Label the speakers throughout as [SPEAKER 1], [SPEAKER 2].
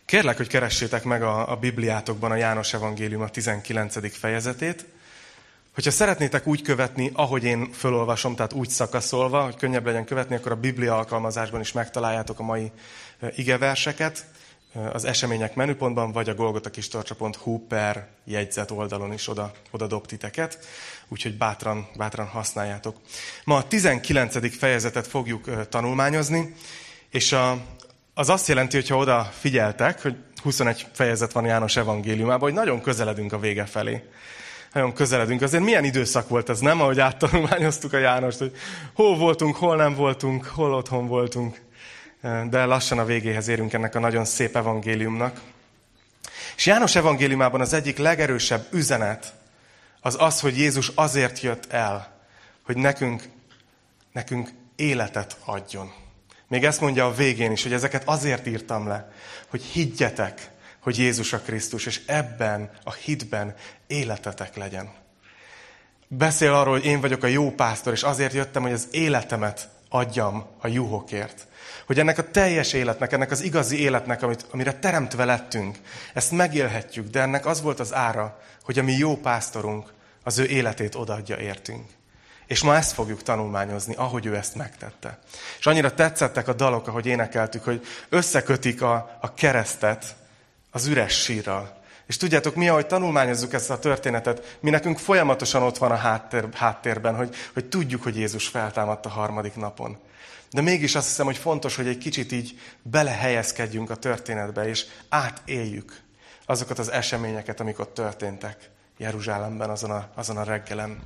[SPEAKER 1] Kérlek, hogy keressétek meg a Bibliátokban a János Evangélium a 19. fejezetét. Hogyha szeretnétek úgy követni, ahogy én fölolvasom, tehát úgy szakaszolva, hogy könnyebb legyen követni, akkor a Biblia alkalmazásban is megtaláljátok a mai igeverseket, az események menüpontban, vagy a golgotakistarcsa.hu/jegyzet oldalon is oda dob titeket, úgyhogy bátran használjátok. Ma a 19. fejezetet fogjuk tanulmányozni, és az azt jelenti, hogyha oda figyeltek, hogy 21 fejezet van János evangéliumában, hogy nagyon közeledünk a vége felé. Nagyon közeledünk. Azért milyen időszak volt ez, nem? Ahogy áttanulmányoztuk a Jánost, hogy hol voltunk, hol nem voltunk, hol otthon voltunk. De lassan a végéhez érünk ennek a nagyon szép evangéliumnak. És János evangéliumában az egyik legerősebb üzenet az, hogy Jézus azért jött el, hogy nekünk életet adjon. Még ezt mondja a végén is, hogy ezeket azért írtam le, hogy higgyetek, hogy Jézus a Krisztus, és ebben a hitben életetek legyen. Beszél arról, hogy én vagyok a jó pásztor, és azért jöttem, hogy az életemet adjam a juhokért. Hogy ennek a teljes életnek, ennek az igazi életnek, amire teremtve lettünk, ezt megélhetjük, de ennek az volt az ára, hogy a mi jó pásztorunk az ő életét odaadja értünk. És ma ezt fogjuk tanulmányozni, ahogy ő ezt megtette. És annyira tetszettek a dalok, ahogy énekeltük, hogy összekötik a keresztet az üres sírral. És tudjátok, mi, ahogy tanulmányozzuk ezt a történetet, mi nekünk folyamatosan ott van a háttérben, hogy tudjuk, hogy Jézus feltámadt a harmadik napon. De mégis azt hiszem, hogy fontos, hogy egy kicsit így belehelyezkedjünk a történetbe, és átéljük azokat az eseményeket, amik ott történtek Jeruzsálemben azon a reggelen.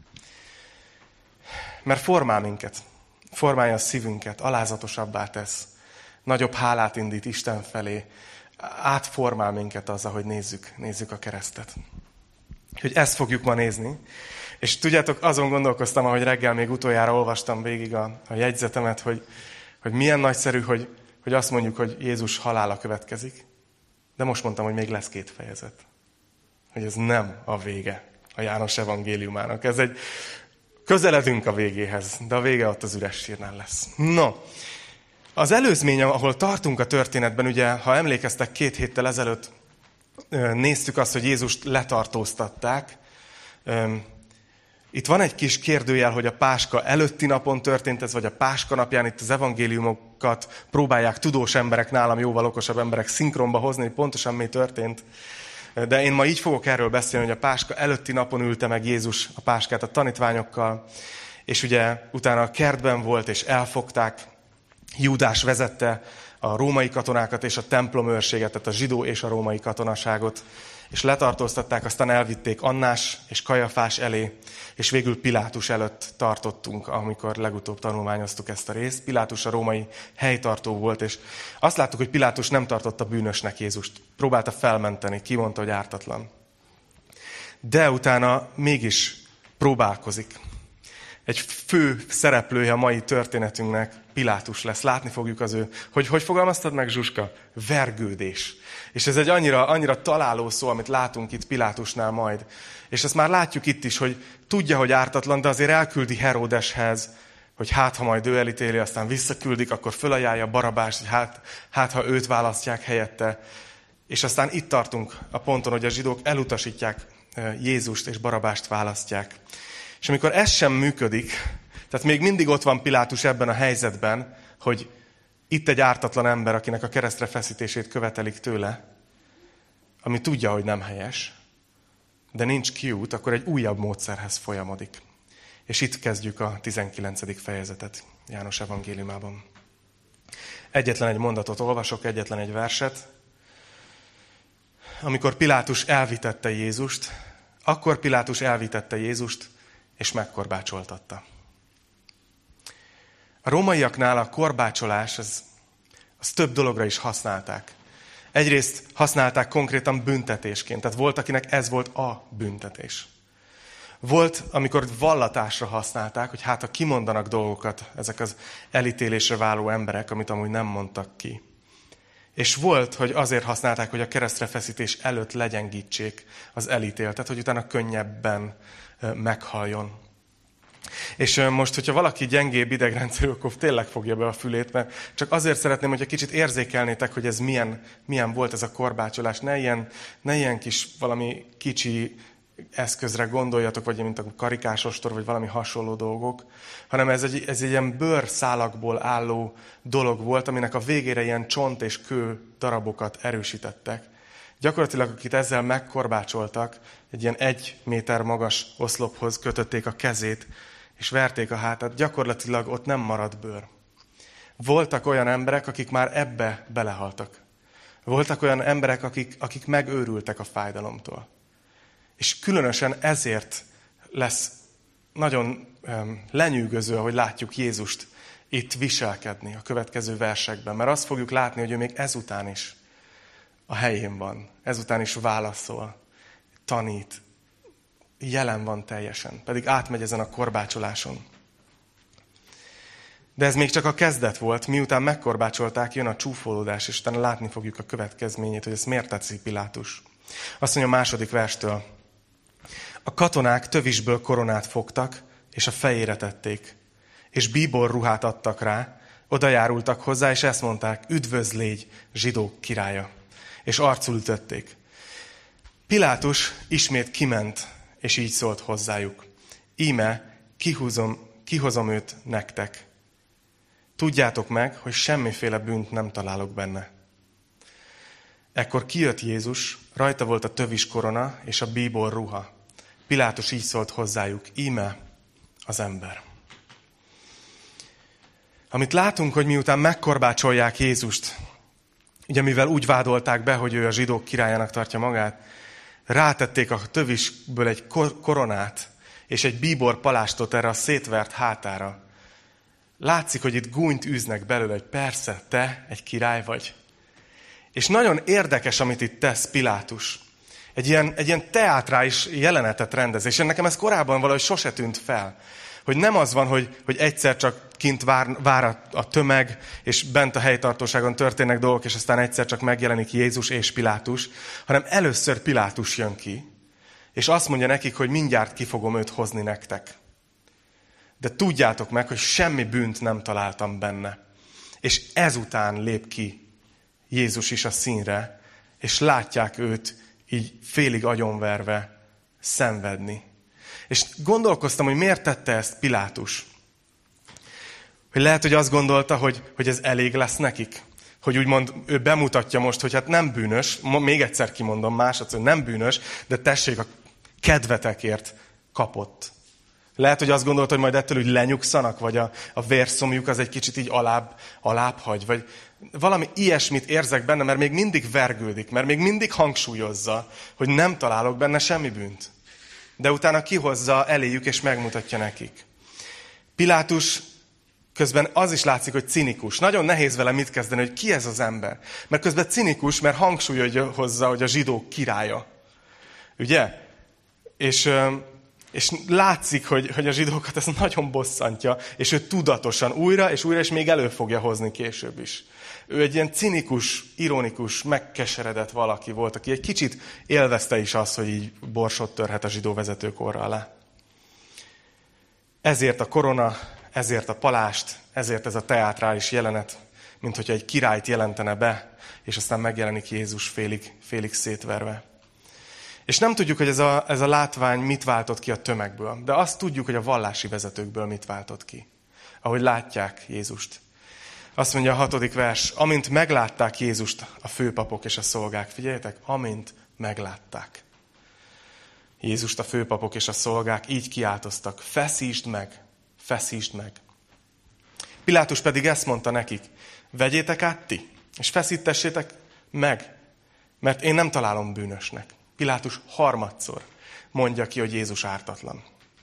[SPEAKER 1] Mert formál minket, formálja a szívünket, alázatosabbá tesz, nagyobb hálát indít Isten felé, átformál minket az, ahogy nézzük a keresztet. Hogy ezt fogjuk ma nézni. És tudjátok, azon gondolkoztam, ahogy reggel még utoljára olvastam végig a jegyzetemet, hogy milyen nagyszerű, hogy azt mondjuk, hogy Jézus halála következik. De most mondtam, hogy még lesz 2 fejezet. Hogy ez nem a vége a János evangéliumának. Közeledünk a végéhez, de a vége ott az üres sírnál lesz. No, az előzmény, ahol tartunk a történetben, ugye, ha emlékeztek, 2 héttel ezelőtt néztük azt, hogy Jézust letartóztatták. Itt van egy kis kérdőjel, hogy a Páska előtti napon történt ez, vagy a Páska napján. Itt az evangéliumokat próbálják tudós emberek, nálam jóval okosabb emberek szinkronba hozni, hogy pontosan mi történt. De én ma így fogok erről beszélni, hogy a Páska előtti napon ülte meg Jézus a Páskát a tanítványokkal, és ugye utána a kertben volt, és elfogták. Júdás vezette a római katonákat és a templomőrséget, tehát a zsidó és a római katonaságot, és letartóztatták, aztán elvitték Annás és Kajafás elé, és végül Pilátus előtt tartottunk, amikor legutóbb tanulmányoztuk ezt a részt. Pilátus a római helytartó volt, és azt láttuk, hogy Pilátus nem tartotta bűnösnek Jézust. Próbálta felmenteni, kimondta, hogy ártatlan. De utána mégis próbálkozik. Egy fő szereplője a mai történetünknek Pilátus lesz. Látni fogjuk az ő. Hogy fogalmaztad meg, Zsuska? Vergődés. És ez egy annyira találó szó, amit látunk itt Pilátusnál majd. És ezt már látjuk itt is, hogy tudja, hogy ártatlan, de azért elküldi Heródeshez, hogy ha majd ő elítéli, aztán visszaküldik, akkor fölajánlja Barabást, hogy ha őt választják helyette. És aztán itt tartunk a ponton, hogy a zsidók elutasítják Jézust, és Barabást választják. És amikor ez sem működik, tehát még mindig ott van Pilátus ebben a helyzetben, hogy itt egy ártatlan ember, akinek a keresztre feszítését követelik tőle, ami tudja, hogy nem helyes, de nincs kiút, akkor egy újabb módszerhez folyamodik. És itt kezdjük a 19. fejezetet János evangéliumában. Egyetlen egy mondatot olvasok, egyetlen egy verset. Amikor Pilátus elvitette Jézust, akkor Pilátus elvitette Jézust, és megkorbácsoltatta. A rómaiaknál a korbácsolás, az több dologra is használták. Egyrészt használták konkrétan büntetésként, tehát volt, akinek ez volt a büntetés. Volt, amikor vallatásra használták, hogy ha kimondanak dolgokat ezek az elítélésre váló emberek, amit amúgy nem mondtak ki. És volt, hogy azért használták, hogy a keresztre feszítés előtt legyengítsék az elítéltet, hogy utána könnyebben meghaljon. És most, hogyha valaki gyengébb idegrendszerű, akkor tényleg fogja be a fülét, mert csak azért szeretném, hogy egy kicsit érzékelnétek, hogy ez milyen volt ez a korbácsolás. Ne ilyen kis valami kicsi eszközre gondoljatok, vagy mint a karikásostor, vagy valami hasonló dolgok, hanem ez egy ilyen bőrszálakból álló dolog volt, aminek a végére ilyen csont és kő darabokat erősítettek. Gyakorlatilag, akit ezzel megkorbácsoltak, egy ilyen 1 méter magas oszlophoz kötötték a kezét, és verték a hátát, gyakorlatilag ott nem maradt bőr. Voltak olyan emberek, akik már ebbe belehaltak. Voltak olyan emberek, akik megőrültek a fájdalomtól. És különösen ezért lesz nagyon lenyűgöző, ahogy látjuk Jézust itt viselkedni a következő versekben. Mert azt fogjuk látni, hogy ő még ezután is a helyén van. Ezután is válaszol, tanít, jelen van teljesen. Pedig átmegy ezen a korbácsoláson. De ez még csak a kezdet volt. Miután megkorbácsolták, jön a csúfolódás, és utána látni fogjuk a következményét, hogy ezt miért tetszik Pilátus. Azt mondja a 2. verstől. A katonák tövisből koronát fogtak, és a fejére tették. És bíbor ruhát adtak rá, oda járultak hozzá, és ezt mondták, üdvözl légy, zsidók királya. És arcul ütötték. Pilátus ismét kiment, és így szólt hozzájuk. Íme, kihozom őt nektek. Tudjátok meg, hogy semmiféle bűnt nem találok benne. Ekkor kijött Jézus, rajta volt a tövis korona és a bíbor ruha. Pilátus így szólt hozzájuk, íme az ember. Amit látunk, hogy miután megkorbácsolják Jézust, ugye mivel úgy vádolták be, hogy ő a zsidók királyának tartja magát, rátették a tövisből egy koronát és egy bíbor palástot erre a szétvert hátára. Látszik, hogy itt gúnyt űznek belőle, hogy persze, te egy király vagy. És nagyon érdekes, amit itt tesz Pilátus. Egy ilyen teátrális jelenetet rendez, és nekem ez korábban valahogy sose tűnt fel. Hogy nem az van, hogy egyszer csak kint vár a tömeg, és bent a helytartóságon történnek dolgok, és aztán egyszer csak megjelenik Jézus és Pilátus, hanem először Pilátus jön ki, és azt mondja nekik, hogy mindjárt ki fogom őt hozni nektek. De tudjátok meg, hogy semmi bűnt nem találtam benne. És ezután lép ki Jézus is a színre, és látják őt így félig agyonverve szenvedni. És gondolkoztam, hogy miért tette ezt Pilátus. Hogy lehet, hogy azt gondolta, hogy ez elég lesz nekik. Hogy úgymond ő bemutatja most, hogy hát nem bűnös, még egyszer kimondom másodszor, nem bűnös, de tessék, a kedvetekért kapott. Lehet, hogy azt gondolta, hogy majd ettől úgy lenyugszanak, vagy a vérszomjuk az egy kicsit így alább hagy, vagy valami ilyesmit érzek benne, mert még mindig vergődik, mert még mindig hangsúlyozza, hogy nem találok benne semmi bűnt. De utána kihozza eléjük, és megmutatja nekik. Pilátus közben az is látszik, hogy cinikus. Nagyon nehéz vele mit kezdeni, hogy ki ez az ember. Mert közben cinikus, mert hangsúlyozza, hogy a zsidók királya. Ugye? És látszik, hogy a zsidókat ez nagyon bosszantja, és ő tudatosan újra, és még elő fogja hozni később is. Ő egy ilyen cinikus, ironikus, megkeseredett valaki volt, aki egy kicsit élvezte is azt, hogy így borsot törhet a zsidó vezetők orra alá. Ezért a korona, ezért a palást, ezért ez a teátrális jelenet, mint hogyha egy királyt jelentene be, és aztán megjelenik Jézus félig szétverve. És nem tudjuk, hogy ez a látvány mit váltott ki a tömegből, de azt tudjuk, hogy a vallási vezetőkből mit váltott ki, ahogy látják Jézust. Azt mondja a 6. vers, amint meglátták Jézust a főpapok és a szolgák, figyeljetek, amint meglátták Jézust a főpapok és a szolgák, így kiáltoztak, feszítsd meg, feszítsd meg. Pilátus pedig ezt mondta nekik, vegyétek át ti, és feszítessétek meg, mert én nem találom bűnösnek. Pilátus harmadszor mondja ki, hogy Jézus ártatlan.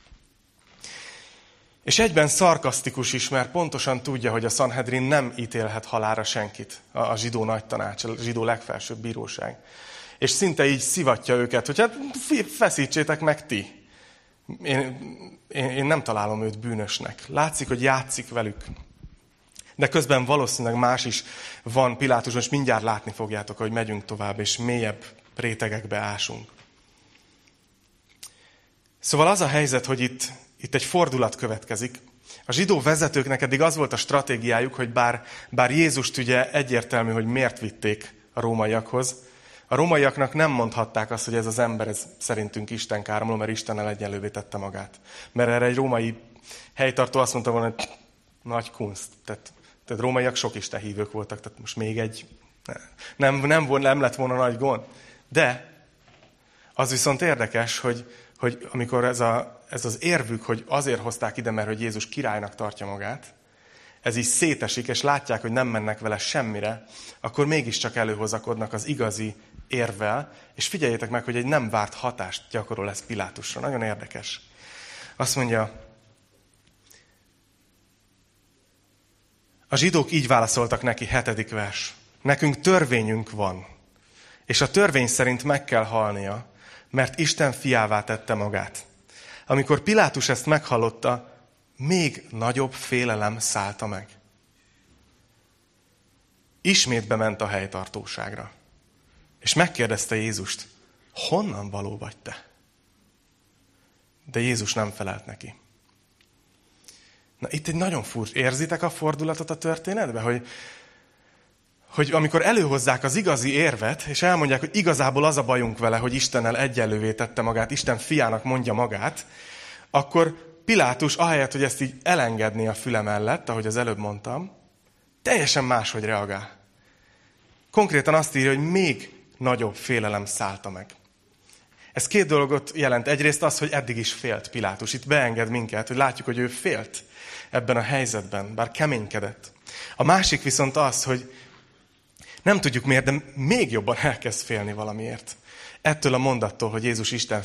[SPEAKER 1] És egyben szarkasztikus is, mert pontosan tudja, hogy a Sanhedrin nem ítélhet halálra senkit, a zsidó nagytanács, a zsidó legfelsőbb bíróság. És szinte így szivatja őket, hogy hát feszítsétek meg ti. Én nem találom őt bűnösnek. Látszik, hogy játszik velük. De közben valószínűleg más is van Pilátusban, és mindjárt látni fogjátok, hogy megyünk tovább, és mélyebb rétegekbe ásunk. Szóval az a helyzet, hogy itt egy fordulat következik. A zsidó vezetőknek eddig az volt a stratégiájuk, hogy bár Jézust ugye egyértelmű, hogy miért vitték a rómaiakhoz, a rómaiaknak nem mondhatták azt, hogy ez az ember ez szerintünk Isten káromló, mert Istennel egyenlővé tette magát. Mert erre egy római helytartó azt mondta volna, hogy nagy kunst. Tehát rómaiak sok istenhívők voltak, tehát most még egy... Nem lett volna nagy gond. De az viszont érdekes, hogy amikor ez az érvük, hogy azért hozták ide, mert hogy Jézus királynak tartja magát, ez így szétesik, és látják, hogy nem mennek vele semmire, akkor mégiscsak előhozakodnak az igazi érvel, és figyeljétek meg, hogy egy nem várt hatást gyakorol ez Pilátusra. Nagyon érdekes. Azt mondja, a zsidók így válaszoltak neki, 7. vers. Nekünk törvényünk van, és a törvény szerint meg kell halnia, mert Isten fiává tette magát. Amikor Pilátus ezt meghallotta, még nagyobb félelem szállta meg. Ismét bement a helytartóságra, és megkérdezte Jézust, honnan való vagy te? De Jézus nem felelt neki. Na itt egy nagyon furcsa. Érzitek a fordulatot a történetbe? Hogy amikor előhozzák az igazi érvet, és elmondják, hogy igazából az a bajunk vele, hogy Istennel egyenlővé tette magát, Isten fiának mondja magát, akkor Pilátus, ahelyett, hogy ezt így elengedné a füle mellett, ahogy az előbb mondtam, teljesen máshogy reagál. Konkrétan azt írja, hogy még nagyobb félelem szállta meg. Ez két dolgot jelent. Egyrészt az, hogy eddig is félt Pilátus. Itt beenged minket, hogy látjuk, hogy ő félt ebben a helyzetben, bár keménykedett. A másik viszont az, hogy nem tudjuk miért, de még jobban elkezd félni valamiért. Ettől a mondattól, hogy Jézus Isten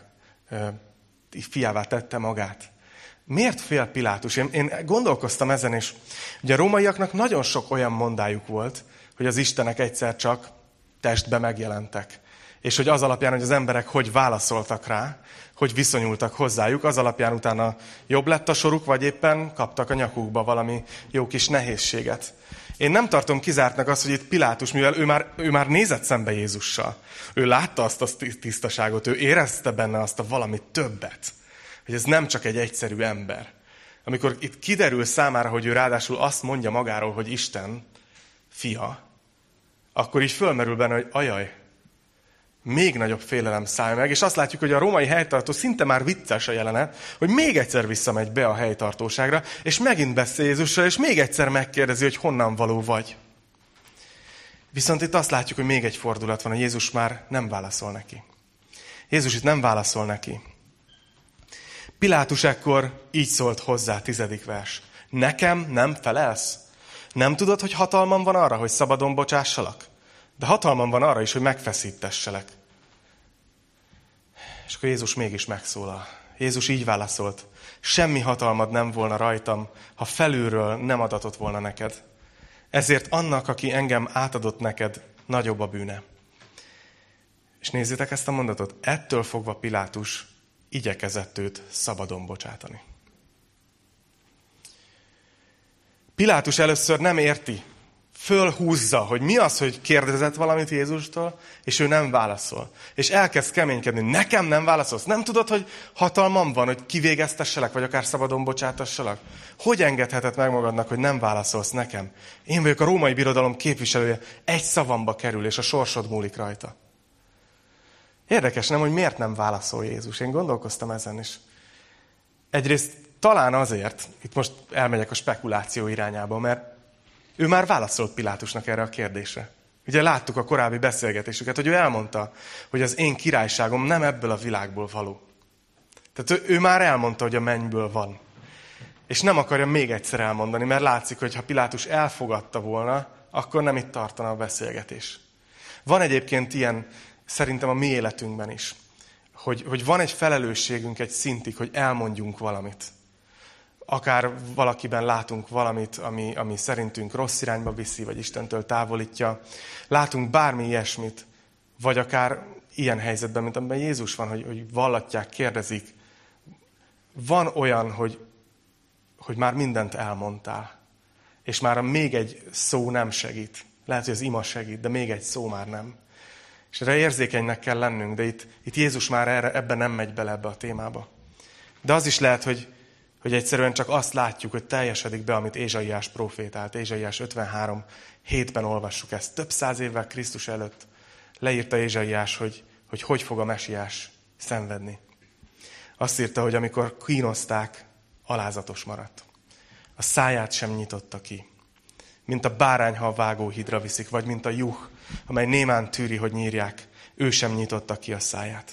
[SPEAKER 1] fiává tette magát. Miért fél Pilátus? Én gondolkoztam ezen, és ugye a rómaiaknak nagyon sok olyan mondájuk volt, hogy az istenek egyszer csak testbe megjelentek. És hogy az alapján, hogy az emberek hogy válaszoltak rá, hogy viszonyultak hozzájuk, az alapján utána jobb lett a soruk, vagy éppen kaptak a nyakukba valami jó kis nehézséget. Én nem tartom kizártnak azt, hogy itt Pilátus, mivel ő már nézett szembe Jézussal. Ő látta azt a tisztaságot, ő érezte benne azt a valami többet. Hogy ez nem csak egy egyszerű ember. Amikor itt kiderül számára, hogy ő ráadásul azt mondja magáról, hogy Isten fia, akkor így fölmerül benne, hogy ajaj, még nagyobb félelem száll meg, és azt látjuk, hogy a római helytartó szinte már vicces a jelenet, hogy még egyszer visszamegy be a helytartóságra, és megint beszél Jézussal, és még egyszer megkérdezi, hogy honnan való vagy. Viszont itt azt látjuk, hogy még egy fordulat van, hogy Jézus már nem válaszol neki. Jézus itt nem válaszol neki. Pilátus ekkor így szólt hozzá, 10. vers. Nekem nem felelsz? Nem tudod, hogy hatalmam van arra, hogy szabadon bocsássalak? De hatalmam van arra is, hogy megfeszítesselek. És akkor Jézus mégis megszólal. Jézus így válaszolt. Semmi hatalmad nem volna rajtam, ha felülről nem adatott volna neked. Ezért annak, aki engem átadott neked, nagyobb a bűne. És nézzétek ezt a mondatot. Ettől fogva Pilátus igyekezett őt szabadon bocsátani. Pilátus először nem érti, fölhúzza, hogy mi az, hogy kérdezett valamit Jézustól, és ő nem válaszol. És elkezd keménykedni. Nekem nem válaszolsz? Nem tudod, hogy hatalmam van, hogy kivégeztesselek, vagy akár szabadon bocsátassalak? Hogy engedheted meg magadnak, hogy nem válaszolsz nekem? Én vagyok a római birodalom képviselője, egy szavamba kerül, és a sorsod múlik rajta. Érdekes, nem, hogy miért nem válaszol Jézus? Én gondolkoztam ezen is. Egyrészt talán azért, itt most elmegyek a spekuláció irányába, mert ő már válaszolt Pilátusnak erre a kérdésre. Ugye láttuk a korábbi beszélgetésüket, hogy ő elmondta, hogy az én királyságom nem ebből a világból való. Tehát ő már elmondta, hogy a mennyből van. És nem akarja még egyszer elmondani, mert látszik, hogy ha Pilátus elfogadta volna, akkor nem itt tartana a beszélgetés. Van egyébként ilyen, szerintem a mi életünkben is, hogy van egy felelősségünk egy szintig, hogy elmondjunk valamit. Akár valakiben látunk valamit, ami szerintünk rossz irányba viszi, vagy Istentől távolítja. Látunk bármi ilyesmit, vagy akár ilyen helyzetben, mint amiben Jézus van, hogy vallatják, kérdezik. Van olyan, hogy már mindent elmondtál, és már még egy szó nem segít. Lehet, hogy az ima segít, de még egy szó már nem. És erre érzékenynek kell lennünk, de itt Jézus már ebben nem megy bele ebbe a témába. De az is lehet, hogy egyszerűen csak azt látjuk, hogy teljesedik be, amit Ézsaiás profétált. Ézsaiás 53:7-ben olvassuk ezt. Több száz évvel Krisztus előtt leírta Ézsaiás, hogy fog a mesiás szenvedni. Azt írta, hogy amikor kínozták, alázatos maradt. A száját sem nyitotta ki. Mint a bárány, ha a vágóhídra viszik, vagy mint a juh, amely némán tűri, hogy nyírják, ő sem nyitotta ki a száját.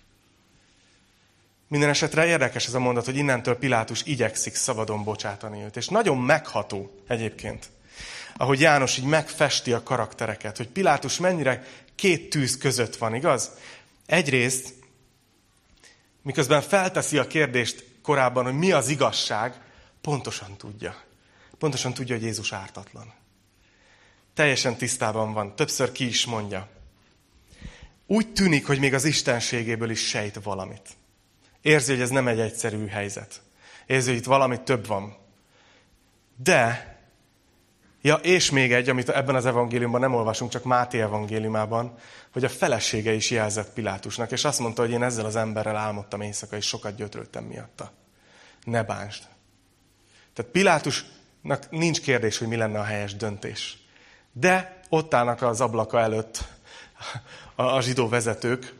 [SPEAKER 1] Minden esetre érdekes ez a mondat, hogy innentől Pilátus igyekszik szabadon bocsátani őt. És nagyon megható egyébként, ahogy János így megfesti a karaktereket, hogy Pilátus mennyire két tűz között van, igaz? Egyrészt, miközben felteszi a kérdést korábban, hogy mi az igazság, pontosan tudja. Pontosan tudja, hogy Jézus ártatlan. Teljesen tisztában van. Többször ki is mondja. Úgy tűnik, hogy még az istenségéből is sejt valamit. Érzi, hogy ez nem egy egyszerű helyzet. Érzi, hogy itt valami több van. De, és még egy, amit ebben az evangéliumban nem olvasunk, csak Máté evangéliumában, hogy a felesége is jelzett Pilátusnak, és azt mondta, hogy én ezzel az emberrel álmodtam éjszaka, és sokat gyötrődtem miatta. Ne bánsd. Tehát Pilátusnak nincs kérdés, hogy mi lenne a helyes döntés. De ott állnak az ablaka előtt a zsidó vezetők,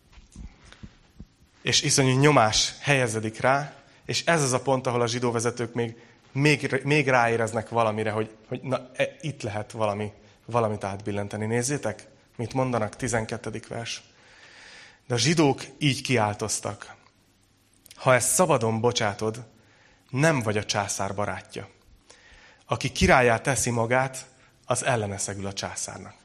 [SPEAKER 1] és iszonyú nyomás helyezedik rá, és ez az a pont, ahol a zsidó vezetők még ráéreznek valamire, hogy itt lehet valamit átbillenteni. Nézzétek, mit mondanak, 12. vers. De a zsidók így kiáltoztak. Ha ezt szabadon bocsátod, nem vagy a császár barátja. Aki királlyá teszi magát, az ellene szegül a császárnak.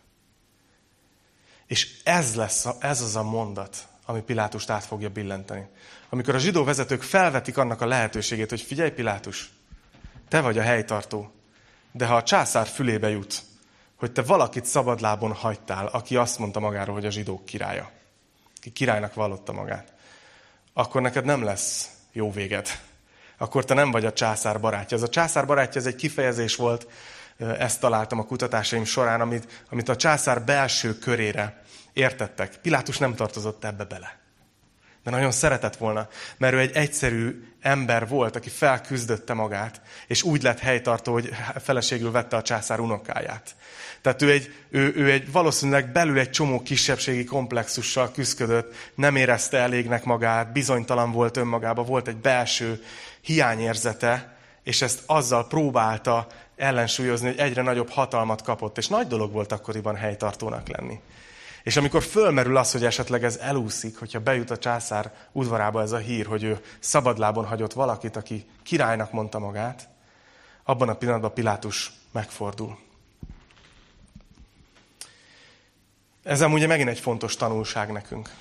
[SPEAKER 1] És ez az a mondat, ami Pilátust át fogja billenteni. Amikor a zsidó vezetők felvetik annak a lehetőségét, hogy figyelj Pilátus, te vagy a helytartó, de ha a császár fülébe jut, hogy te valakit szabadlábon hagytál, aki azt mondta magáról, hogy a zsidók királya, aki királynak vallotta magát, akkor neked nem lesz jó véged. Akkor te nem vagy a császár barátja. Ez a császár barátja, ez egy kifejezés volt, ezt találtam a kutatásaim során, amit a császár belső körére értettek. Pilátus nem tartozott ebbe bele. De nagyon szeretett volna, mert ő egy egyszerű ember volt, aki felküzdötte magát, és úgy lett helytartó, hogy feleségül vette a császár unokáját. Tehát ő egy valószínűleg belül egy csomó kisebbségi komplexussal küzdött, nem érezte elégnek magát, bizonytalan volt önmagában, volt egy belső hiányérzete, és ezt azzal próbálta ellensúlyozni, hogy egyre nagyobb hatalmat kapott, és nagy dolog volt akkoriban helytartónak lenni. És amikor fölmerül az, hogy esetleg ez elúszik, hogyha bejut a császár udvarába ez a hír, hogy ő szabadlábon hagyott valakit, aki királynak mondta magát, abban a pillanatban Pilátus megfordul. Ez amúgy megint egy fontos tanulság nekünk.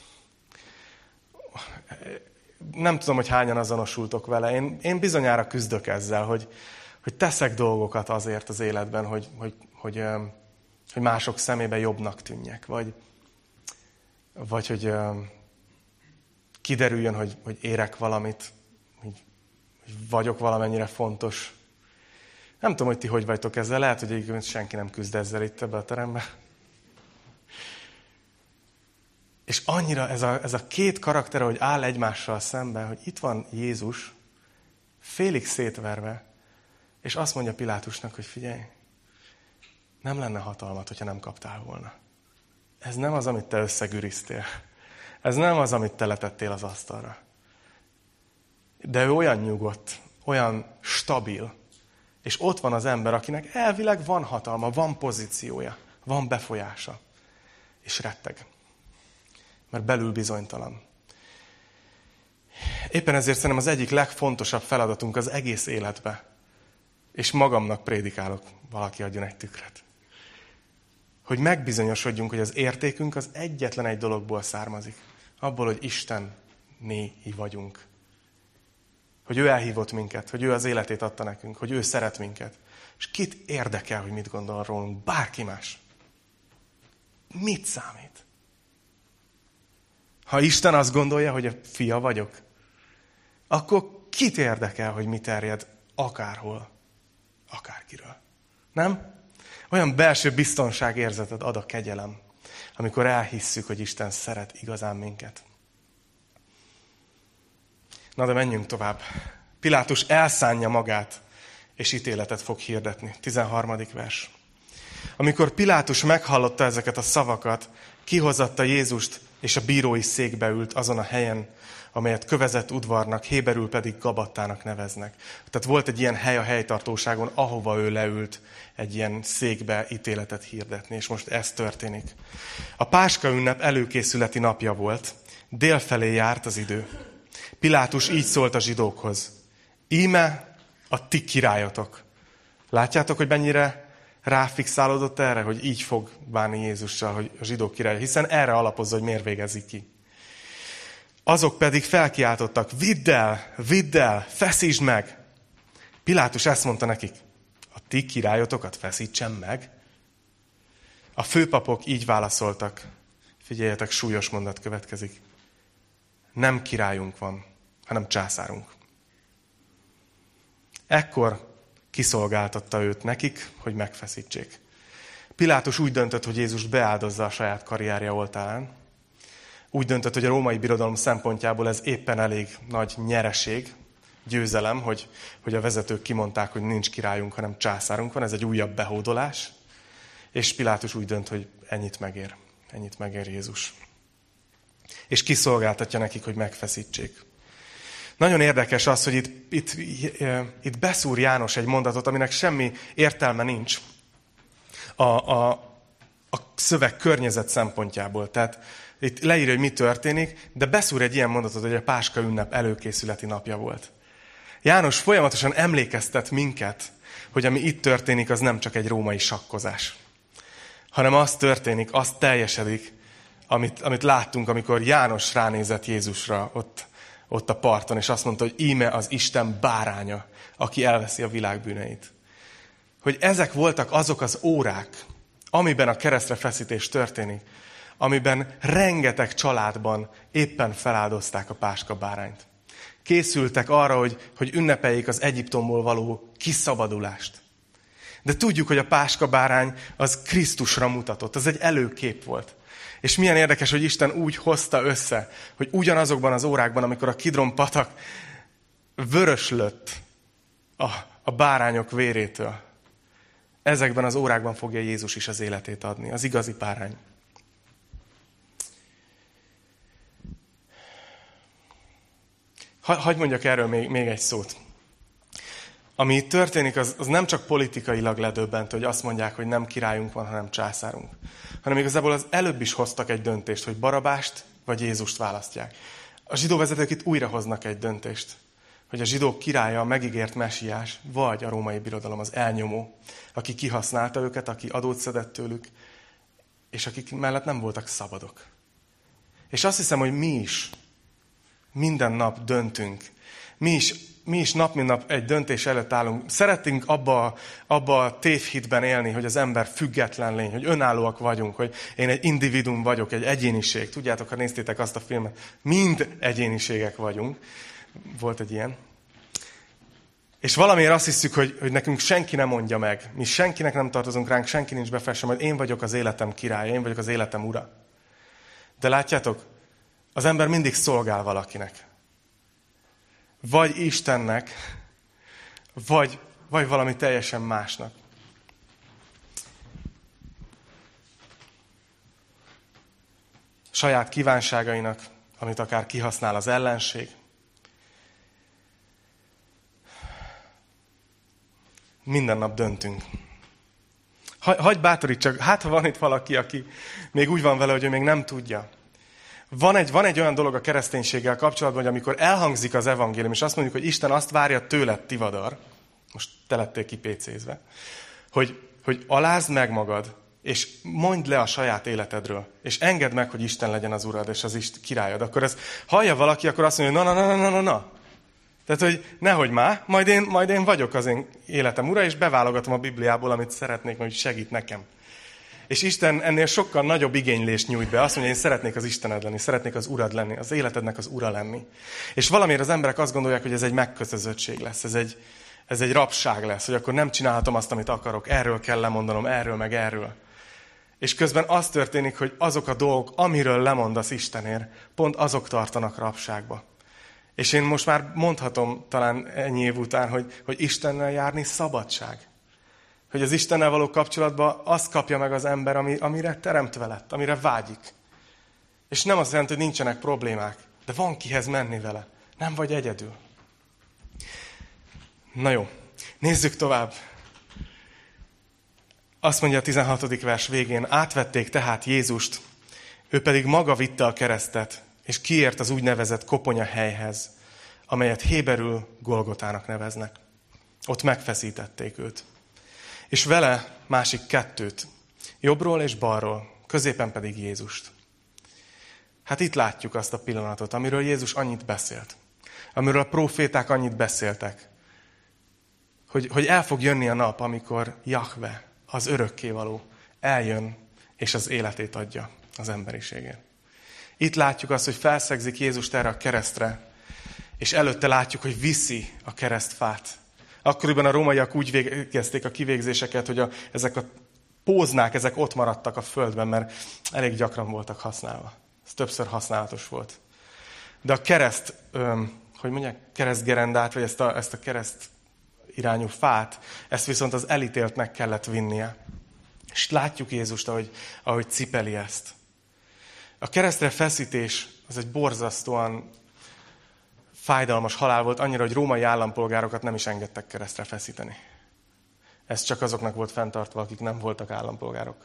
[SPEAKER 1] Nem tudom, hogy hányan azonosultok vele. Én bizonyára küzdök ezzel, hogy teszek dolgokat azért az életben, hogy mások szemében jobbnak tűnjek, vagy hogy kiderüljön, hogy érek valamit, hogy vagyok valamennyire fontos. Nem tudom, hogy ti hogy vagytok ezzel, lehet, hogy egyébként senki nem küzd ezzel itt ebben a teremben. És annyira ez a két karakter, hogy áll egymással szemben, hogy itt van Jézus, félig szétverve, és azt mondja Pilátusnak, hogy figyelj, nem lenne hatalmat, hogyha nem kaptál volna. Ez nem az, amit te összegüriztél. Ez nem az, amit te letettél az asztalra. De ő olyan nyugodt, olyan stabil, és ott van az ember, akinek elvileg van hatalma, van pozíciója, van befolyása, és retteg. Mert belül bizonytalan. Éppen ezért szerintem az egyik legfontosabb feladatunk az egész életbe, és magamnak prédikálok, valaki adjon egy tükröt, hogy megbizonyosodjunk, hogy az értékünk az egyetlen egy dologból származik. Abból, hogy Istenné vagyunk. Hogy ő elhívott minket, hogy ő az életét adta nekünk, hogy ő szeret minket. És kit érdekel, hogy mit gondol rólunk? Bárki más. Mit számít? Ha Isten azt gondolja, hogy a fia vagyok, akkor kit érdekel, hogy mit terjed akárhol, akárkiről? Nem? Olyan belső biztonságérzetet ad a kegyelem, amikor elhisszük, hogy Isten szeret igazán minket. Na de menjünk tovább. Pilátus elszánja magát, és ítéletet fog hirdetni. 13. vers. Amikor Pilátus meghallotta ezeket a szavakat, kihozatta Jézust, és a bírói székbe ült azon a helyen, amelyet kövezett udvarnak, héberül pedig Gabattának neveznek. Tehát volt egy ilyen hely a helytartóságon, ahova ő leült egy ilyen székbe ítéletet hirdetni, és most ez történik. A Páska ünnep előkészületi napja volt, délfelé járt az idő. Pilátus így szólt a zsidókhoz: íme a ti királyotok. Látjátok, hogy mennyire ráfixálódott erre, hogy így fog bánni Jézussal, hogy a zsidók királya, hiszen erre alapozza, hogy miért végezik ki. Azok pedig felkiáltottak: vidd el, feszítsd meg! Pilátus ezt mondta nekik: a ti királyotokat feszítsem meg? A főpapok így válaszoltak. Figyeljetek, súlyos mondat következik. Nem királyunk van, hanem császárunk. Ekkor kiszolgáltatta őt nekik, hogy megfeszítsék. Pilátus úgy döntött, hogy Jézust beáldozza a saját karrierje oltárán. Úgy döntött, hogy a római birodalom szempontjából ez éppen elég nagy nyereség, győzelem, hogy a vezetők kimondták, hogy nincs királyunk, hanem császárunk van. Ez egy újabb behódolás. És Pilátus úgy dönt, hogy ennyit megér Jézus. És kiszolgáltatja nekik, hogy megfeszítsék. Nagyon érdekes az, hogy itt beszúr János egy mondatot, aminek semmi értelme nincs a szöveg környezet szempontjából. Tehát itt leírja, hogy mi történik, de beszúr egy ilyen mondatot, hogy a Páska ünnep előkészületi napja volt. János folyamatosan emlékeztet minket, hogy ami itt történik, az nem csak egy római sakkozás, hanem az történik, az teljesedik, amit láttunk, amikor János ránézett Jézusra ott a parton, és azt mondta, hogy íme az Isten báránya, aki elveszi a világ bűneit. Hogy ezek voltak azok az órák, amiben a keresztre feszítés történik, amiben rengeteg családban éppen feláldozták a Páska bárányt. Készültek arra, hogy ünnepeljék az Egyiptomból való kiszabadulást. De tudjuk, hogy a Páska bárány az Krisztusra mutatott, az egy előkép volt. És milyen érdekes, hogy Isten úgy hozta össze, hogy ugyanazokban az órákban, amikor a Kidron patak vöröslött a bárányok vérétől, ezekben az órákban fogja Jézus is az életét adni, az igazi bárány. Hadd mondjak erről még egy szót. Ami itt történik, az nem csak politikailag ledöbbentő, hogy azt mondják, hogy nem királyunk van, hanem császárunk. Hanem igazából az előbb is hoztak egy döntést, hogy Barabást vagy Jézust választják. A zsidó vezetők itt újra hoznak egy döntést, hogy a zsidók királya, a megígért mesiás, vagy a római birodalom, az elnyomó, aki kihasználta őket, aki adót szedett tőlük, és akik mellett nem voltak szabadok. És azt hiszem, hogy mi is minden nap döntünk. Mi is nap mint nap egy döntés előtt állunk. Szeretünk abba a tévhitben élni, hogy az ember független lény, hogy önállóak vagyunk, hogy én egy individuum vagyok, egy egyéniség. Tudjátok, ha néztétek azt a filmet, mind egyéniségek vagyunk. Volt egy ilyen. És valamiért azt hiszük, hogy nekünk senki nem mondja meg. Mi senkinek nem tartozunk ránk, senki nincs befesse, majd én vagyok az életem királya, én vagyok az életem ura. De látjátok, az ember mindig szolgál valakinek. Vagy Istennek, vagy valami teljesen másnak. Saját kívánságainak, amit akár kihasznál az ellenség. Minden nap döntünk. Hagyj bátorítsak, hát ha van itt valaki, aki még úgy van vele, hogy ő még nem tudja. Van egy olyan dolog a kereszténységgel kapcsolatban, hogy amikor elhangzik az evangélium, és azt mondjuk, hogy Isten azt várja tőled, Tivadar, most te lettél kipécézve, hogy alázd meg magad, és mondd le a saját életedről, és engedd meg, hogy Isten legyen az urad, és az királyod. Akkor ezt hallja valaki, akkor azt mondja, hogy na. Tehát, hogy nehogy már, majd én vagyok az én életem ura, és beválogatom a Bibliából, amit szeretnék, hogy segít nekem. És Isten ennél sokkal nagyobb igénylést nyújt be. Azt mondja, én szeretnék az Istened lenni, szeretnék az urad lenni, az életednek az ura lenni. És valamiért az emberek azt gondolják, hogy ez egy megkötözöttség lesz, ez egy rabság lesz, hogy akkor nem csinálhatom azt, amit akarok, erről kell lemondanom, erről meg erről. És közben az történik, hogy azok a dolgok, amiről lemondasz Istenért, pont azok tartanak rabságba. És én most már mondhatom talán ennyi év után, hogy Istennel járni szabadság. Hogy az Istennel való kapcsolatban azt kapja meg az ember, amire teremtve lett, amire vágyik. És nem azt jelenti, hogy nincsenek problémák, de van kihez menni vele. Nem vagy egyedül. Na jó, nézzük tovább. Azt mondja a 16. vers végén, átvették tehát Jézust, ő pedig maga vitte a keresztet, és kiért az úgynevezett koponya helyhez, amelyet héberül Golgotának neveznek. Ott megfeszítették őt. És vele másik kettőt, jobbról és balról, középen pedig Jézust. Hát itt látjuk azt a pillanatot, amiről Jézus annyit beszélt. Amiről a próféták annyit beszéltek. Hogy el fog jönni a nap, amikor Jahve, az örökkévaló, eljön és az életét adja az emberiségért. Itt látjuk azt, hogy felszegzik Jézust erre a keresztre, és előtte látjuk, hogy viszi a keresztfát. Akkoriban a rómaiak úgy végezték a kivégzéseket, hogy ezek a póznák, ezek ott maradtak a földben, mert elég gyakran voltak használva. Ez többször használatos volt. De a kereszt, keresztgerendát, vagy ezt a kereszt irányú fát, ezt viszont az elítéltnek kellett vinnie. És látjuk Jézust, ahogy cipeli ezt. A keresztre feszítés az egy borzasztóan fájdalmas halál volt, annyira, hogy római állampolgárokat nem is engedtek keresztre feszíteni. Ez csak azoknak volt fenntartva, akik nem voltak állampolgárok.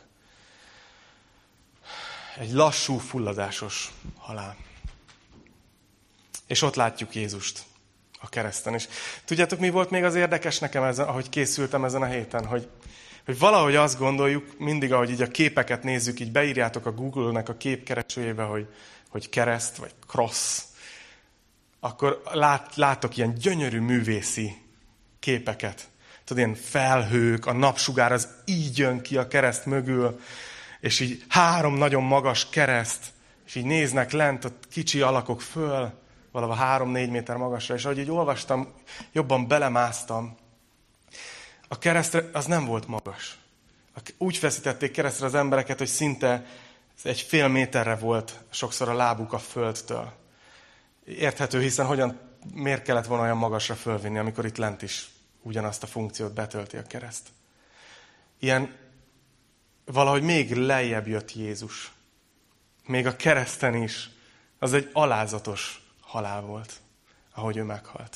[SPEAKER 1] Egy lassú, fulladásos halál. És ott látjuk Jézust a kereszten. És tudjátok, mi volt még az érdekes nekem, ahogy készültem ezen a héten? Hogy valahogy azt gondoljuk, mindig, ahogy így a képeket nézzük, így beírjátok a Google-nek a képkeresőjébe, hogy kereszt, vagy cross, akkor láttok ilyen gyönyörű művészi képeket. Tudod, ilyen felhők, a napsugár az így jön ki a kereszt mögül, és így 3 nagyon magas kereszt, és így néznek lent, ott kicsi alakok föl, valahol 3-4 méter magasra, és ahogy így olvastam, jobban belemásztam, a keresztre az nem volt magas. Úgy feszítették keresztre az embereket, hogy szinte 1,5 méterre volt sokszor a lábuk a földtől. Érthető, hiszen miért kellett volna olyan magasra fölvinni, amikor itt lent is ugyanazt a funkciót betölti a kereszt. Ilyen valahogy még lejjebb jött Jézus. Még a kereszten is. Az egy alázatos halál volt, ahogy ő meghalt.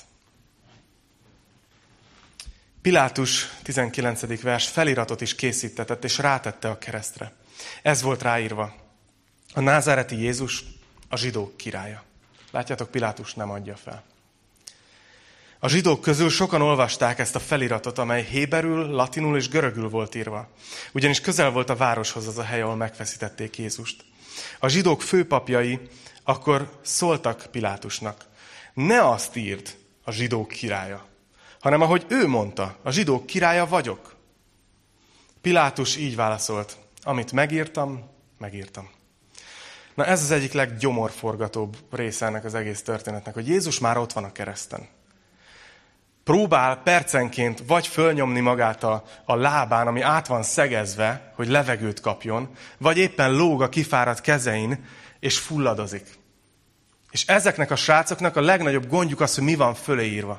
[SPEAKER 1] Pilátus, 19. vers, feliratot is készítetett, és rátette a keresztre. Ez volt ráírva. A názáreti Jézus a zsidók királya. Látjátok, Pilátus nem adja fel. A zsidók közül sokan olvasták ezt a feliratot, amely héberül, latinul és görögül volt írva. Ugyanis közel volt a városhoz az a hely, ahol megfeszítették Jézust. A zsidók főpapjai akkor szóltak Pilátusnak. Ne azt írd, a zsidók királya, hanem ahogy ő mondta, a zsidók királya vagyok. Pilátus így válaszolt, amit megírtam, megírtam. Na ez az egyik leggyomorforgatóbb része ennek az egész történetnek, hogy Jézus már ott van a kereszten. Próbál percenként vagy fölnyomni magát a lábán, ami át van szegezve, hogy levegőt kapjon, vagy éppen lóg a kifáradt kezein, és fulladozik. És ezeknek a srácoknak a legnagyobb gondjuk az, hogy mi van föléírva.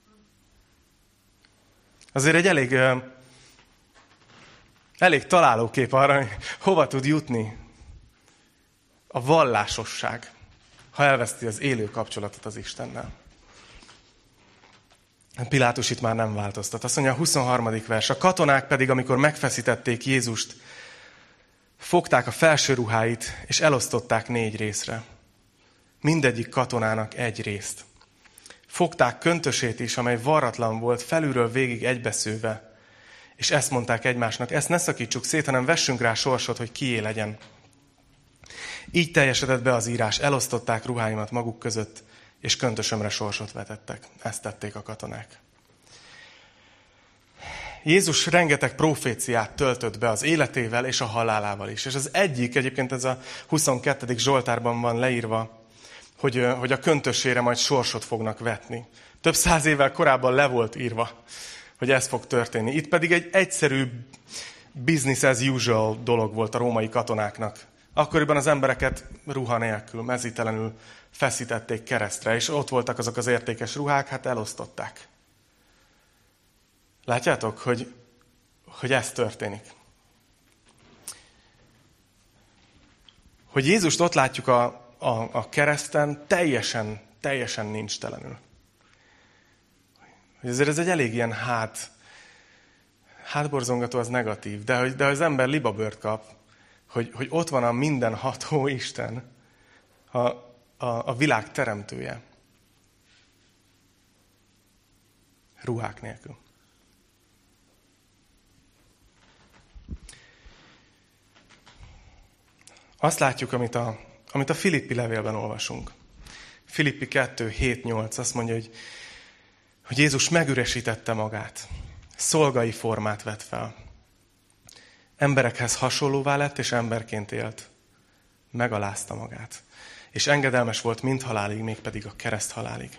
[SPEAKER 1] Azért egy elég találó kép arra, hogy hova tud jutni a vallásosság, ha elveszti az élő kapcsolatot az Istennel. Pilátus itt már nem változtat. Azt mondja a 23. vers. A katonák pedig, amikor megfeszítették Jézust, fogták a felső ruháit, és elosztották 4 részre. Mindegyik katonának 1 részt. Fogták köntösét is, amely varratlan volt, felülről végig egybeszőve, és ezt mondták egymásnak, ezt ne szakítsuk szét, hanem vessünk rá sorsot, hogy kié legyen. Így teljesedett be az írás, elosztották ruháimat maguk között, és köntösömre sorsot vetettek. Ezt tették a katonák. Jézus rengeteg proféciát töltött be az életével és a halálával is. És az egyik, egyébként ez a 22. Zsoltárban van leírva, hogy a köntösére majd sorsot fognak vetni. Több 100 évvel korábban le volt írva, hogy ez fog történni. Itt pedig egy egyszerű business as usual dolog volt a római katonáknak Akkoriban az embereket ruha nélkül, mezítelenül feszítették keresztre, és ott voltak azok az értékes ruhák, hát elosztották. Látjátok, hogy ez történik? Hogy Jézust ott látjuk a kereszten, teljesen nincs telenül. Ezért ez egy elég ilyen hátborzongató, az negatív, de az ember libabőrt kap, hogy ott van a mindenható Isten, a világ teremtője. Ruhák nélkül. Azt látjuk, amit a Filippi levélben olvasunk. Filippi 2, 7, 8 azt mondja, hogy Jézus megüresítette magát. Szolgai formát vett fel. Emberekhez hasonlóvá lett, és emberként élt. Megalázta magát. És engedelmes volt mind halálig, mégpedig a kereszt halálig.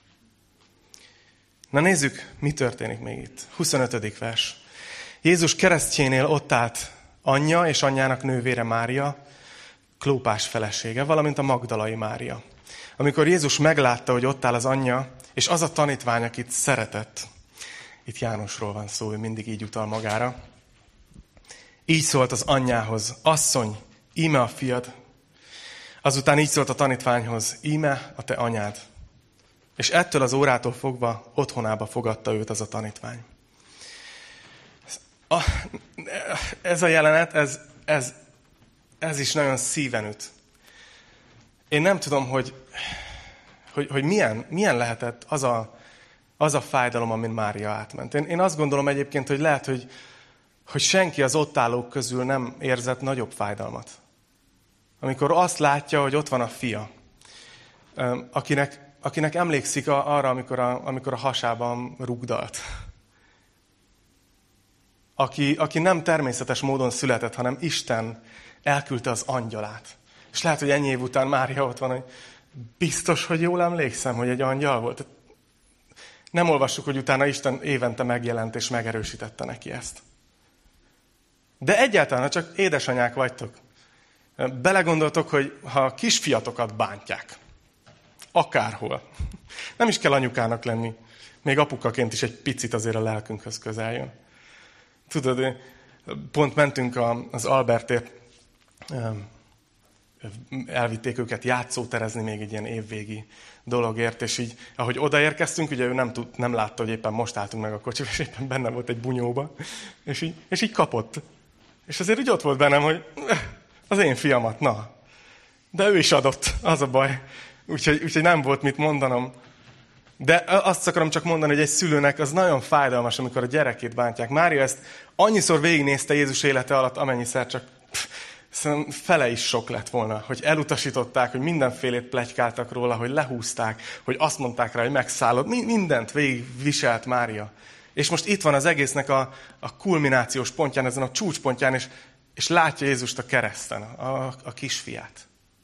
[SPEAKER 1] Na nézzük, mi történik még itt. 25. vers. Jézus keresztjénél ott állt anyja és anyjának nővére Mária, Klópás felesége, valamint a Magdalai Mária. Amikor Jézus meglátta, hogy ott áll az anyja, és az a tanítvány, akit szeretett, itt Jánosról van szó, ő mindig így utal magára, így szólt az anyjához, asszony, íme a fiad. Azután így szólt a tanítványhoz, íme a te anyád. És ettől az órától fogva otthonába fogadta őt az a tanítvány. Ez a jelenet, ez is nagyon szíven üt. Én nem tudom, hogy milyen lehetett az a fájdalom, amin Mária átment. Én azt gondolom egyébként, hogy lehet, hogy senki az ott állók közül nem érzett nagyobb fájdalmat. Amikor azt látja, hogy ott van a fia, akinek emlékszik arra, amikor a hasában rugdalt. Aki nem természetes módon született, hanem Isten elküldte az angyalát. És lehet, hogy ennyi év után Mária ott van, hogy biztos, hogy jól emlékszem, hogy egy angyal volt. Nem olvassuk, hogy utána Isten évente megjelent és megerősítette neki ezt. De egyáltalán, ha csak édesanyák vagytok, belegondoltok, hogy ha a kisfiatokat bántják, akárhol, nem is kell anyukának lenni, még apukaként is egy picit azért a lelkünkhöz közel jön. Tudod, pont mentünk az Albertért, elvitték őket játszóterezni még egy ilyen évvégi dologért, és így, ahogy odaérkeztünk, ugye ő nem látta, hogy éppen most álltunk meg a kocsiba, és éppen benne volt egy bunyóba, és így kapott. És azért úgy ott volt bennem, hogy az én fiamat, na. De ő is adott, az a baj. Úgyhogy nem volt mit mondanom. De azt akarom csak mondani, hogy egy szülőnek az nagyon fájdalmas, amikor a gyerekét bántják. Mária ezt annyiszor végignézte Jézus élete alatt, amennyiszer csak fele is sok lett volna, hogy elutasították, hogy mindenfélét pletykáltak róla, hogy lehúzták, hogy azt mondták rá, hogy megszállod. Mindent végigviselt Mária. És most itt van az egésznek a kulminációs pontján, ezen a csúcspontján, és látja Jézust a kereszten, a kisfiát.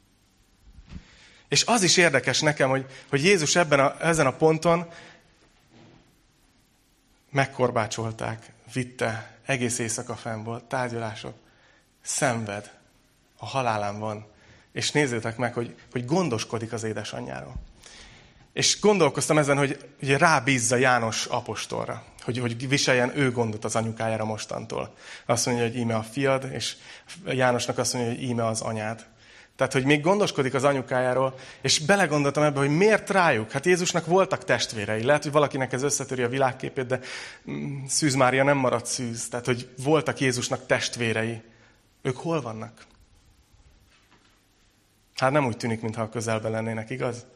[SPEAKER 1] És az is érdekes nekem, hogy Jézus ezen a ponton megkorbácsolták, vitte, egész éjszaka fenn volt, tárgyalások, szenved, a halálán van. És nézzétek meg, hogy gondoskodik az édesanyjáról. És gondolkoztam ezen, hogy ugye rábízza János apostolra, hogy viseljen ő gondot az anyukájára mostantól. Azt mondja, hogy íme a fiad, és Jánosnak azt mondja, hogy íme az anyád. Tehát, hogy még gondoskodik az anyukájáról, és belegondoltam ebbe, hogy miért rájuk? Hát Jézusnak voltak testvérei. Lehet, hogy valakinek ez összetöri a világképét, de Szűz Mária nem maradt szűz. Tehát, hogy voltak Jézusnak testvérei. Ők hol vannak? Hát nem úgy tűnik, mintha a közelben lennének, igaz?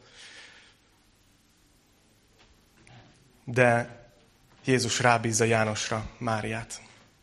[SPEAKER 1] De Jézus rábízza Jánosra Máriát.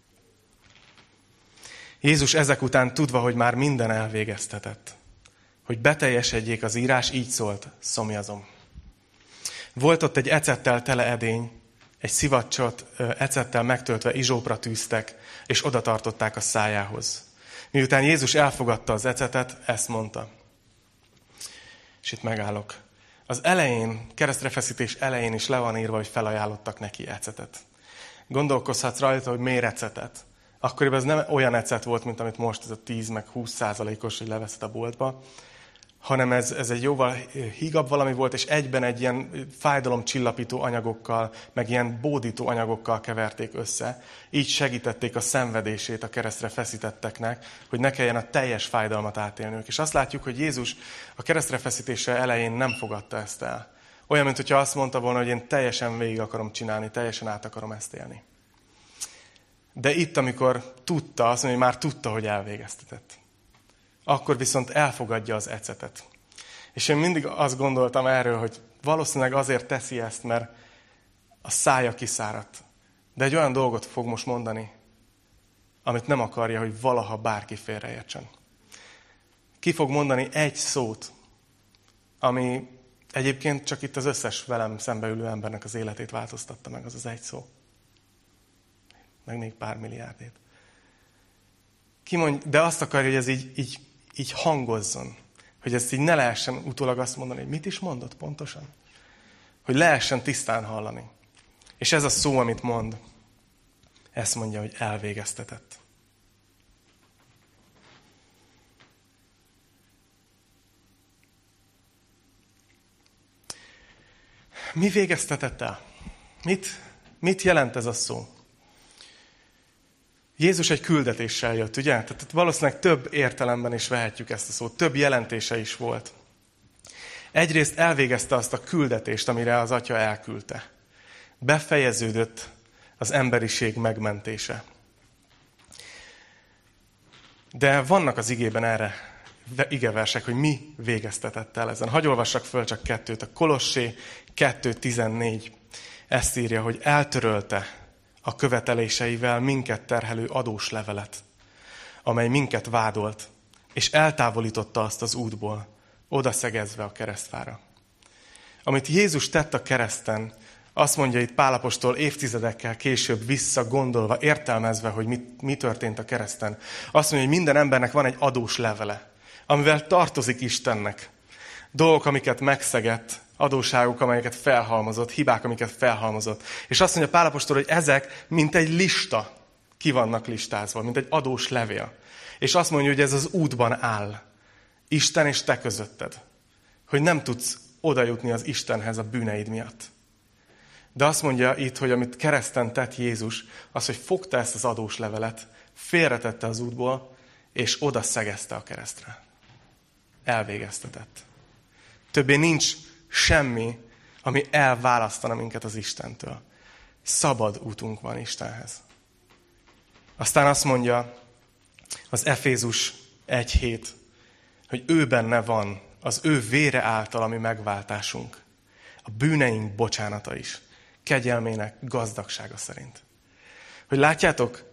[SPEAKER 1] Jézus ezek után tudva, hogy már minden elvégeztetett, hogy beteljesedjék az írás, így szólt, szomjazom. Volt ott egy ecettel tele edény, egy szivacsot ecettel megtöltve izsópra tűztek, és oda tartották a szájához. Miután Jézus elfogadta az ecetet, ezt mondta. És itt megállok. Az elején, keresztrefeszítés elején is le van írva, hogy felajánlottak neki ecetet. Gondolkozhatsz rajta, hogy miért ecetet? Akkoriban ez nem olyan ecet volt, mint amit most, ez a 10 meg 20%-os, hogy leveszed a boltba, hanem ez egy jóval hígabb valami volt, és egyben egy ilyen fájdalomcsillapító anyagokkal, meg ilyen bódító anyagokkal keverték össze. Így segítették a szenvedését a keresztre feszítetteknek, hogy ne kelljen a teljes fájdalmat átélniük. És azt látjuk, hogy Jézus a keresztre feszítése elején nem fogadta ezt el. Olyan, mintha azt mondta volna, hogy én teljesen végig akarom csinálni, teljesen át akarom ezt élni. De itt, amikor tudta, azt mondja, hogy már tudta, hogy elvégeztetett. Akkor viszont elfogadja az ecetet. És én mindig azt gondoltam erről, hogy valószínűleg azért teszi ezt, mert a szája kiszáradt. De egy olyan dolgot fog most mondani, amit nem akarja, hogy valaha bárki félreértsen. Ki fog mondani egy szót, ami egyébként csak itt az összes velem szembeülő embernek az életét változtatta meg, az az egy szó. Meg még pár milliárdét. De azt akarja, hogy ez így hangozzon. Hogy ezt így ne lehessen utólag azt mondani, hogy mit is mondott pontosan. Hogy lehessen tisztán hallani. És ez a szó, amit mond, ezt mondja, hogy elvégeztetett. Mi végeztetett el? Mit jelent ez a szó? Jézus egy küldetéssel jött, ugye? Tehát valószínűleg több értelemben is vehetjük ezt a szót. Több jelentése is volt. Egyrészt elvégezte azt a küldetést, amire az Atya elküldte. Befejeződött az emberiség megmentése. De vannak az igében erre igeversek, hogy mi végeztetett el ezen. Hadd olvassak föl csak kettőt. A Kolossé 2.14 ezt írja, hogy eltörölte a követeléseivel minket terhelő adós levelet, amely minket vádolt, és eltávolította azt az útból, odaszegezve a keresztfára. Amit Jézus tett a kereszten, azt mondja itt Pál apostol évtizedekkel később visszagondolva, értelmezve, hogy mi történt a kereszten. Azt mondja, hogy minden embernek van egy adós levele, amivel tartozik Istennek. Dolgok, amiket megszegett, adósságok, amelyeket felhalmozott, hibák, amiket felhalmozott. És azt mondja Pál apostol, hogy ezek, mint egy lista, ki vannak listázva, mint egy adós levél. És azt mondja, hogy ez az útban áll. Isten és te közötted. Hogy nem tudsz odajutni az Istenhez a bűneid miatt. De azt mondja itt, hogy amit kereszten tett Jézus, az, hogy fogta ezt az adós levelet, félretette az útból, és oda szegezte a keresztre. Elvégeztetett. Többé nincs semmi, ami elválasztana minket az Istentől. Szabad útunk van Istenhez. Aztán azt mondja az Efézus 1.7, hogy ő benne van, az ő vére által, ami megváltásunk. A bűneink bocsánata is. Kegyelmének gazdagsága szerint. Hogy látjátok,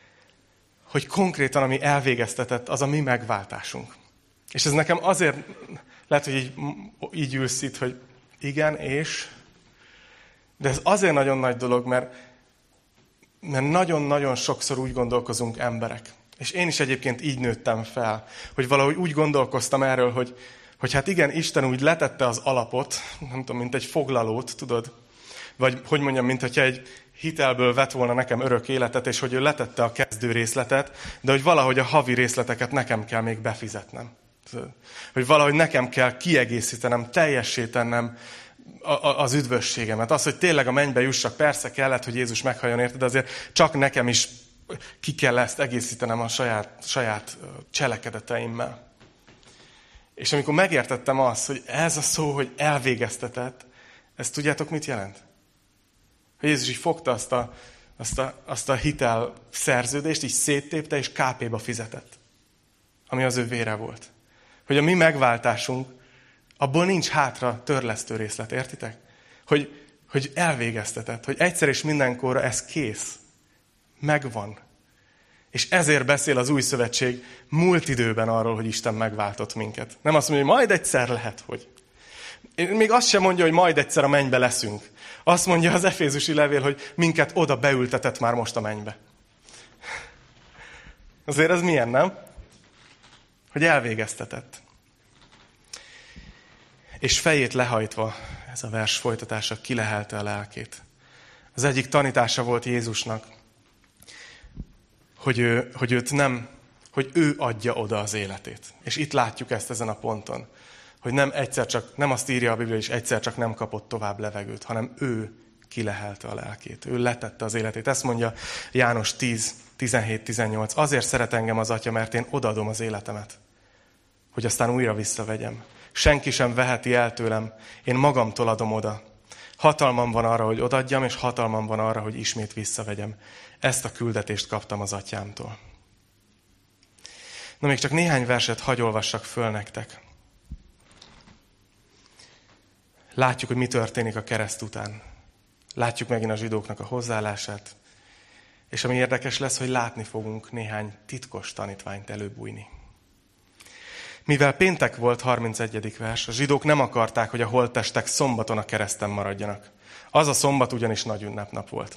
[SPEAKER 1] hogy konkrétan, ami elvégeztetett, az a mi megváltásunk. És ez nekem azért, lehet, hogy így ülsz itt, hogy igen, és... De ez azért nagyon nagy dolog, mert nagyon-nagyon sokszor úgy gondolkozunk emberek. És én is egyébként így nőttem fel, hogy valahogy úgy gondolkoztam erről, hogy hát igen, Isten úgy letette az alapot, nem tudom, mint egy foglalót, tudod? Vagy hogy mondjam, mint hogyha egy hitelből vett volna nekem örök életet, és hogy ő letette a kezdő részletet, de hogy valahogy a havi részleteket nekem kell még befizetnem. Hogy valahogy nekem kell kiegészítenem, teljessé tennem az üdvösségemet. Az, hogy tényleg a mennybe jussak, persze kellett, hogy Jézus meghalljon érted, de azért csak nekem is ki kell ezt egészítenem a saját cselekedeteimmel. És amikor megértettem azt, hogy ez a szó, hogy elvégeztetett, ezt tudjátok, mit jelent? Hogy Jézus így fogta azt a hitel szerződést, így széttépte, és KP-ba fizetett. Ami az ő vére volt. Hogy a mi megváltásunk, abból nincs hátra törlesztő részlet, értitek? Hogy elvégeztetett, hogy egyszer és mindenkorra ez kész. Megvan. És ezért beszél az új szövetség múlt időben arról, hogy Isten megváltott minket. Nem azt mondja, hogy majd egyszer lehet, hogy. Még azt sem mondja, hogy majd egyszer a mennybe leszünk. Azt mondja az efézusi levél, hogy minket oda beültetett már most a mennybe. Azért ez milyen, nem? Hogy elvégeztetett. És fejét lehajtva, ez a vers folytatása, kilehelte a lelkét. Az egyik tanítása volt Jézusnak, hogy ő adja oda az életét. És itt látjuk ezt ezen a ponton, hogy nem azt írja a Biblia, és egyszer csak nem kapott tovább levegőt, hanem ő kilehelte a lelkét. Ő letette az életét. Ezt mondja János 10:17-18. Azért szeret engem az Atya, mert én odaadom az életemet, hogy aztán újra visszavegyem. Senki sem veheti el tőlem, én magamtól adom oda. Hatalmam van arra, hogy odaadjam, és hatalmam van arra, hogy ismét visszavegyem. Ezt a küldetést kaptam az Atyámtól. Na, még csak néhány verset hadd olvassak föl nektek. Látjuk, hogy mi történik a kereszt után. Látjuk megint a zsidóknak a hozzáállását. És ami érdekes lesz, hogy látni fogunk néhány titkos tanítványt előbújni. Mivel péntek volt, 31. vers, a zsidók nem akarták, hogy a holttestek szombaton a kereszten maradjanak. Az a szombat ugyanis nagy ünnepnap volt.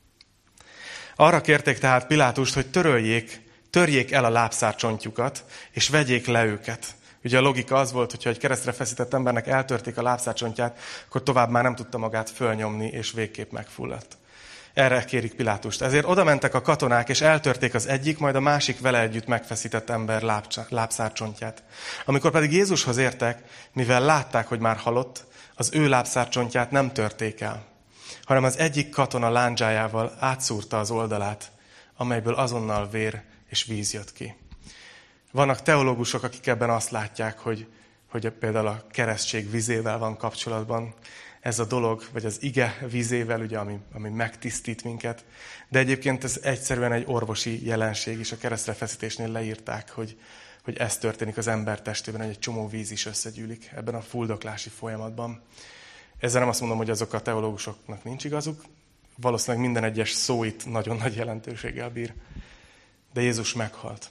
[SPEAKER 1] Arra kérték tehát Pilátust, hogy törjék el a lábszárcsontjukat, és vegyék le őket. Ugye a logika az volt, hogyha egy keresztre feszített embernek eltörték a lábszárcsontját, akkor tovább már nem tudta magát fölnyomni, és végképp megfulladt. Erre kérik Pilátust. Ezért oda mentek a katonák, és eltörték az egyik, majd a másik vele együtt megfeszített ember lábszárcsontját. Amikor pedig Jézushoz értek, mivel látták, hogy már halott, az ő lábszárcsontját nem törték el, hanem az egyik katona lándzsájával átszúrta az oldalát, amelyből azonnal vér és víz jött ki. Vannak teológusok, akik ebben azt látják, hogy például a keresztség vízével van kapcsolatban ez a dolog, vagy az ige vízével, ugye, ami megtisztít minket. De egyébként ez egyszerűen egy orvosi jelenség is. A keresztrefeszítésnél leírták, hogy ez történik az ember testében, hogy egy csomó víz is összegyűlik ebben a fuldoklási folyamatban. Ezzel nem azt mondom, hogy azok a teológusoknak nincs igazuk. Valószínűleg minden egyes szó itt nagyon nagy jelentőséggel bír. De Jézus meghalt.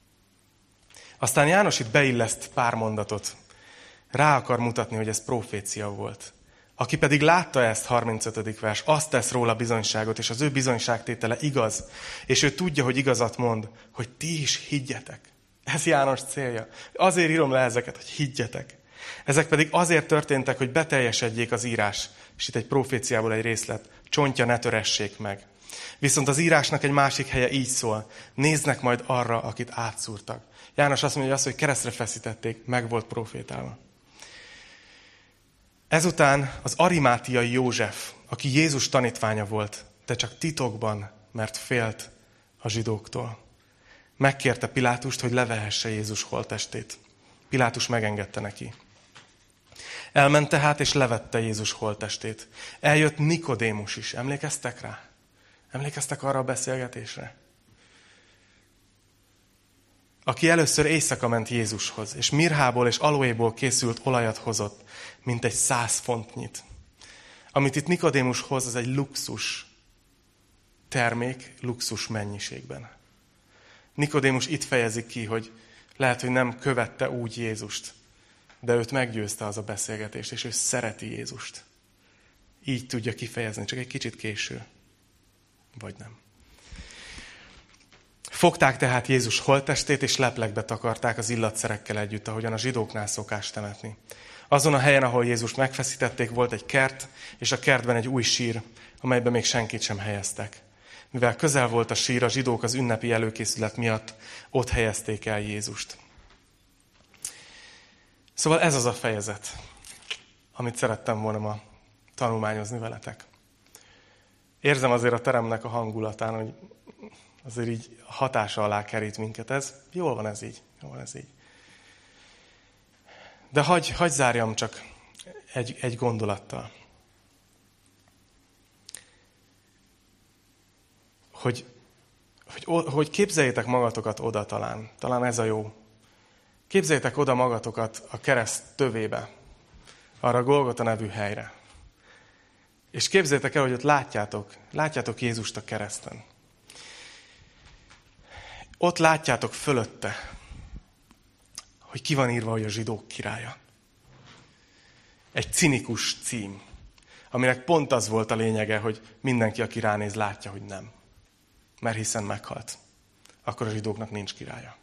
[SPEAKER 1] Aztán János itt beilleszt pár mondatot. Rá akar mutatni, hogy ez profécia volt. Aki pedig látta ezt, 35. vers, azt tesz róla bizonyságot, és az ő bizonyságtétele igaz, és ő tudja, hogy igazat mond, hogy ti is higgyetek. Ez János célja. Azért írom le ezeket, hogy higgyetek. Ezek pedig azért történtek, hogy beteljesedjék az írás, és itt egy proféciából egy részlet, csontja ne töressék meg. Viszont az írásnak egy másik helye így szól, néznek majd arra, akit átszúrtak. János azt mondja, hogy az, hogy keresztre feszítették, meg volt profétálva. Ezután az arimátiai József, aki Jézus tanítványa volt, de csak titokban, mert félt a zsidóktól, megkérte Pilátust, hogy levehesse Jézus holttestét. Pilátus megengedte neki. Elment tehát, és levette Jézus holttestét. Eljött Nikodémus is. Emlékeztek rá? Emlékeztek arra a beszélgetésre? Aki először éjszaka ment Jézushoz, és mirhából és aloéból készült olajat hozott, mint egy 100 fontnyit. Amit itt Nikodémus hoz, az egy luxus termék, luxus mennyiségben. Nikodémus itt fejezi ki, hogy lehet, hogy nem követte úgy Jézust, de őt meggyőzte az a beszélgetés, és ő szereti Jézust. Így tudja kifejezni, csak egy kicsit késő. Vagy nem. Fogták tehát Jézus holttestét, és leplekbe takarták az illatszerekkel együtt, ahogyan a zsidóknál szokás temetni. Azon a helyen, ahol Jézust megfeszítették, volt egy kert, és a kertben egy új sír, amelyben még senkit sem helyeztek. Mivel közel volt a sír, a zsidók az ünnepi előkészület miatt ott helyezték el Jézust. Szóval ez az a fejezet, amit szerettem volna ma tanulmányozni veletek. Érzem azért a teremnek a hangulatán, hogy azért így hatása alá kerít minket ez. Jól van ez így. De hagy zárjam csak egy gondolattal. Hogy képzeljétek magatokat oda talán ez a jó. Képzeljétek oda magatokat a kereszt tövébe, arra a Golgota nevű helyre. És képzeljétek el, hogy ott látjátok Jézust a kereszten. Ott látjátok fölötte, hogy ki van írva, hogy a zsidók királya. Egy cinikus cím, aminek pont az volt a lényege, hogy mindenki, aki ránéz, látja, hogy nem. Mert hiszen meghalt. Akkor a zsidóknak nincs királya.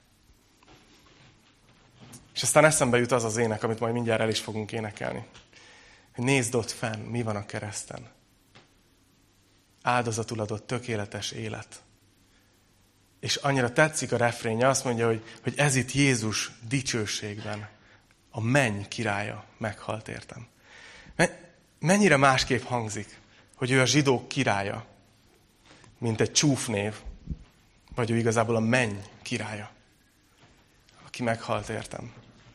[SPEAKER 1] És aztán eszembe jut az az ének, amit majd mindjárt el is fogunk énekelni. Nézd ott fenn, mi van a kereszten. Áldozatul adott tökéletes élet. És annyira tetszik a refrénje, azt mondja, hogy ez itt Jézus dicsőségben. A menny királya meghalt értem. Mennyire másképp hangzik, hogy ő a zsidók királya, mint egy csúfnév, vagy ő igazából a menny királya, aki meghalt értem.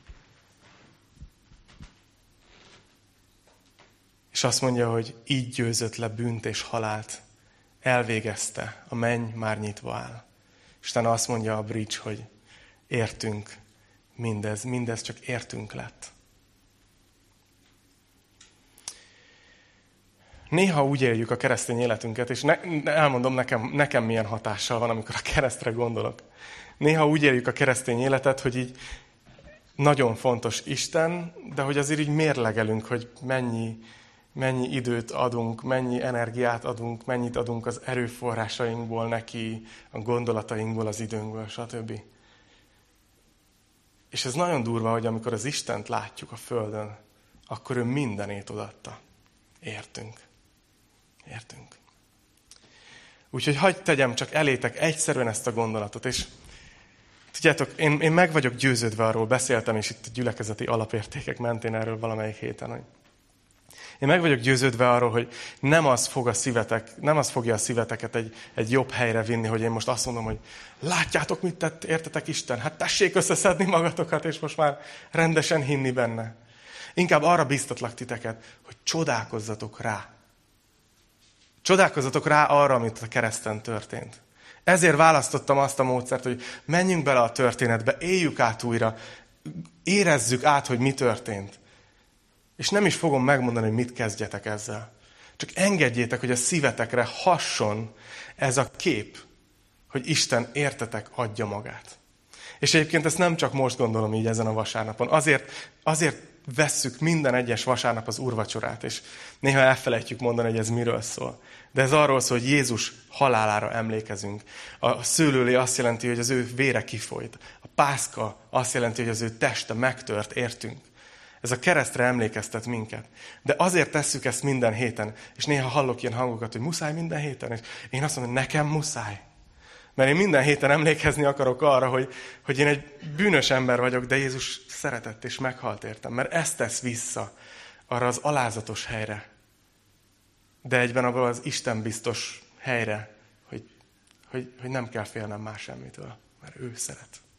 [SPEAKER 1] És azt mondja, hogy így győzött le bűnt és halált, elvégezte, a menny már nyitva áll. Isten azt mondja a bridge, hogy értünk mindez csak értünk lett. Néha úgy éljük a keresztény életünket, és elmondom nekem milyen hatással van, amikor a keresztre gondolok. Néha úgy éljük a keresztény életet, hogy így nagyon fontos Isten, de hogy azért így mérlegelünk, hogy mennyi időt adunk, mennyi energiát adunk, mennyit adunk az erőforrásainkból neki, a gondolatainkból, az időnkből, stb. És ez nagyon durva, hogy amikor az Istent látjuk a földön, akkor ő mindenét odaadta. Értünk. Úgyhogy hadd tegyem csak elétek egyszerűen ezt a gondolatot, és tudjátok, én meg vagyok győződve arról, beszéltem is itt a gyülekezeti alapértékek mentén erről valamelyik héten, hogy én meg vagyok győződve arról, hogy nem az fogja a szíveteket egy jobb helyre vinni, hogy én most azt mondom, hogy látjátok, mit tett, értetek Isten? Hát tessék összeszedni magatokat, és most már rendesen hinni benne. Inkább arra biztatlak titeket, hogy csodálkozzatok rá. Csodálkozzatok rá arra, amit a kereszten történt. Ezért választottam azt a módszert, hogy menjünk bele a történetbe, éljük át újra, érezzük át, hogy mi történt. És nem is fogom megmondani, hogy mit kezdjetek ezzel. Csak engedjétek, hogy a szívetekre hasson ez a kép, hogy Isten értetek adja magát. És egyébként ezt nem csak most gondolom így ezen a vasárnapon. Azért vesszük minden egyes vasárnap az úrvacsorát, és néha elfelejtjük mondani, hogy ez miről szól. De ez arról szól, hogy Jézus halálára emlékezünk. A szőlőlé azt jelenti, hogy az ő vére kifolyt. A pászka azt jelenti, hogy az ő teste megtört, értünk. Ez a keresztre emlékeztet minket. De azért tesszük ezt minden héten, és néha hallok ilyen hangokat, hogy muszáj minden héten, és én azt mondom, hogy nekem muszáj. Mert én minden héten emlékezni akarok arra, hogy én egy bűnös ember vagyok, de Jézus szeretett és meghalt értem. Mert ezt tesz vissza arra az alázatos helyre. De egyben abban az Isten biztos helyre, hogy nem kell félnem már semmitől, mert ő szeret.